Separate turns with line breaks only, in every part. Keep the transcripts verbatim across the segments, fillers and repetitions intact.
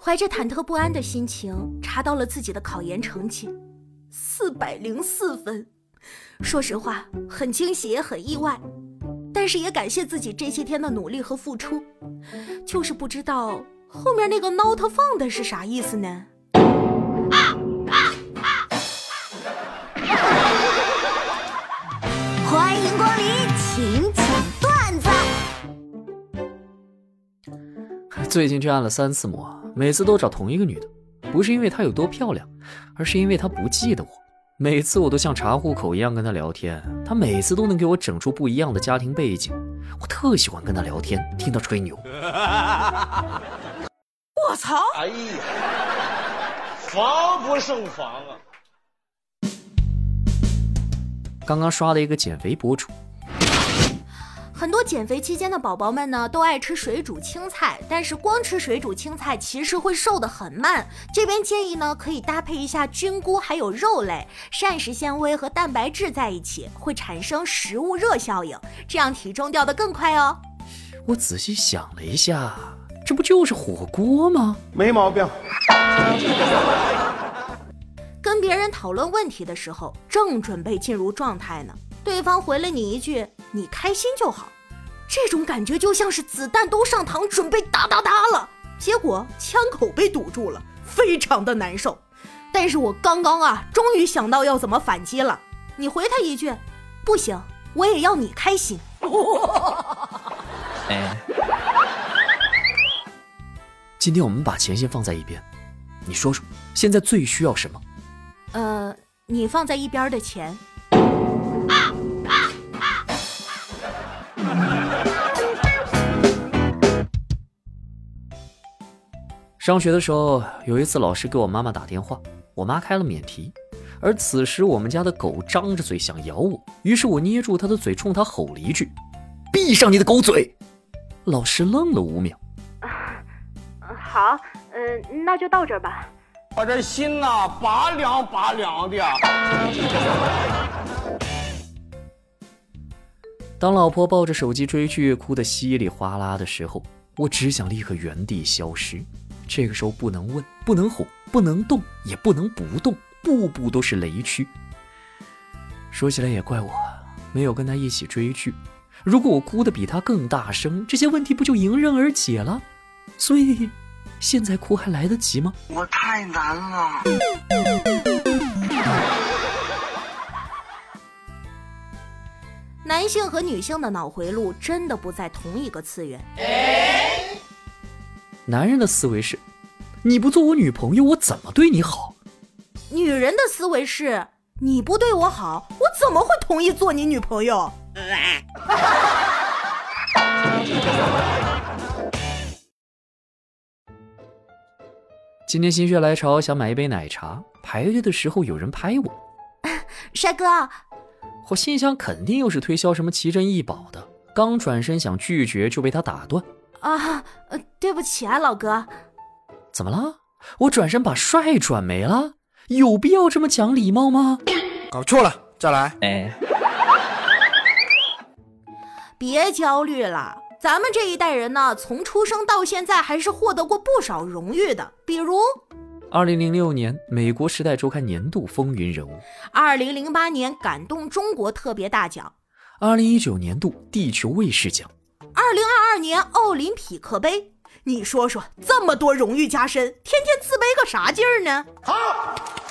怀着忐忑不安的心情查到了自己的考研成绩，四百零四分。说实话，很惊喜也很意外，但是也感谢自己这些天的努力和付出。就是不知道后面那个 not found 的是啥意思呢？
欢迎光临，请讲段子。
最近这按了三次摩，每次都找同一个女的，不是因为她有多漂亮，而是因为她不记得我。每次我都像查户口一样跟她聊天，她每次都能给我整出不一样的家庭背景，我特喜欢跟她聊天，听她吹牛。
我操！哎呀，防不胜防啊！
刚刚刷了一个减肥博主，
很多减肥期间的宝宝们呢，都爱吃水煮青菜，但是光吃水煮青菜其实会瘦得很慢。这边建议呢，可以搭配一下菌菇还有肉类，膳食纤维和蛋白质在一起，会产生食物热效应，这样体重掉得更快哦。
我仔细想了一下，这不就是火锅吗？
没毛病。
跟别人讨论问题的时候，正准备进入状态呢，对方回了你一句“你开心就好”，这种感觉就像是子弹都上膛，准备哒哒哒了，结果枪口被堵住了，非常的难受。但是我刚刚啊，终于想到要怎么反击了。你回他一句：“不行，我也要你开心。”
哎，今天我们把钱先放在一边，你说说，现在最需要什么？
呃，你放在一边的钱。
上学的时候，有一次老师给我妈妈打电话，我妈开了免提，而此时我们家的狗张着嘴想咬我，于是我捏住它的嘴，冲它吼了一句：“闭上你的狗嘴！”老师愣了五秒。
好，呃，那就到这儿吧。
我这心呐、啊，拔凉拔凉的。
当老婆抱着手机追剧哭得稀里哗啦的时候，我只想立刻原地消失。这个时候不能问，不能哄，不能动，也不能不动，步步都是雷区。说起来也怪我，没有跟他一起追剧。如果我哭得比他更大声，这些问题不就迎刃而解了？所以现在哭还来得及吗？
我太难了。
男性和女性的脑回路真的不在同一个次元。
男人的思维是，你不做我女朋友，我怎么对你好？
女人的思维是，你不对我好，我怎么会同意做你女朋友？
今天心血来潮想买一杯奶茶，排队的时候有人拍我。
帅哥，
我心想肯定又是推销什么奇珍异宝的，刚转身想拒绝就被他打断。
啊，呃，对不起啊，老哥。
怎么了？我转身把帅转没了？有必要这么讲礼貌吗？
搞错了，再来。
哎，
别焦虑了，咱们这一代人呢，从出生到现在还是获得过不少荣誉的，比如
二零零六年美国时代周刊年度风云人物，
二零零八年感动中国特别大奖，
二零一九年度地球卫士奖，
二零二二年奥林匹克杯。你说说，这么多荣誉加身，天天自卑个啥劲儿呢？好。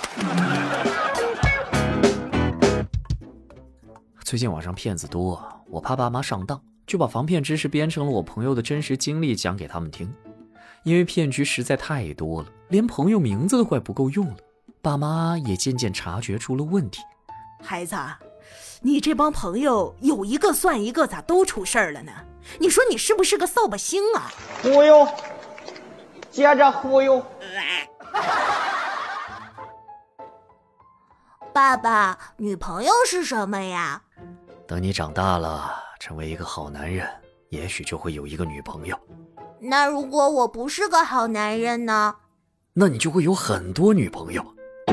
最近网上骗子多，我怕爸妈上当，就把防骗知识编成了我朋友的真实经历讲给他们听。因为骗局实在太多了，连朋友名字都快不够用了，爸妈也渐渐察觉出了问题。
孩子，你这帮朋友有一个算一个，咋都出事儿了呢？你说你是不是个扫把星啊？
忽悠，接着忽悠。
爸爸，女朋友是什么呀？
等你长大了，成为一个好男人，也许就会有一个女朋友。
那如果我不是个好男人呢？
那你就会有很多女朋友。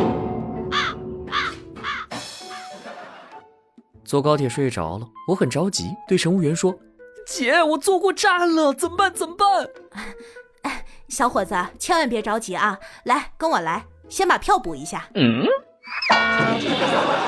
坐高铁睡着了，我很着急，对乘务员说：“姐，我坐过站了，怎么办？怎么办？”
小伙子，千万别着急啊，来，跟我来，先把票补一下。嗯。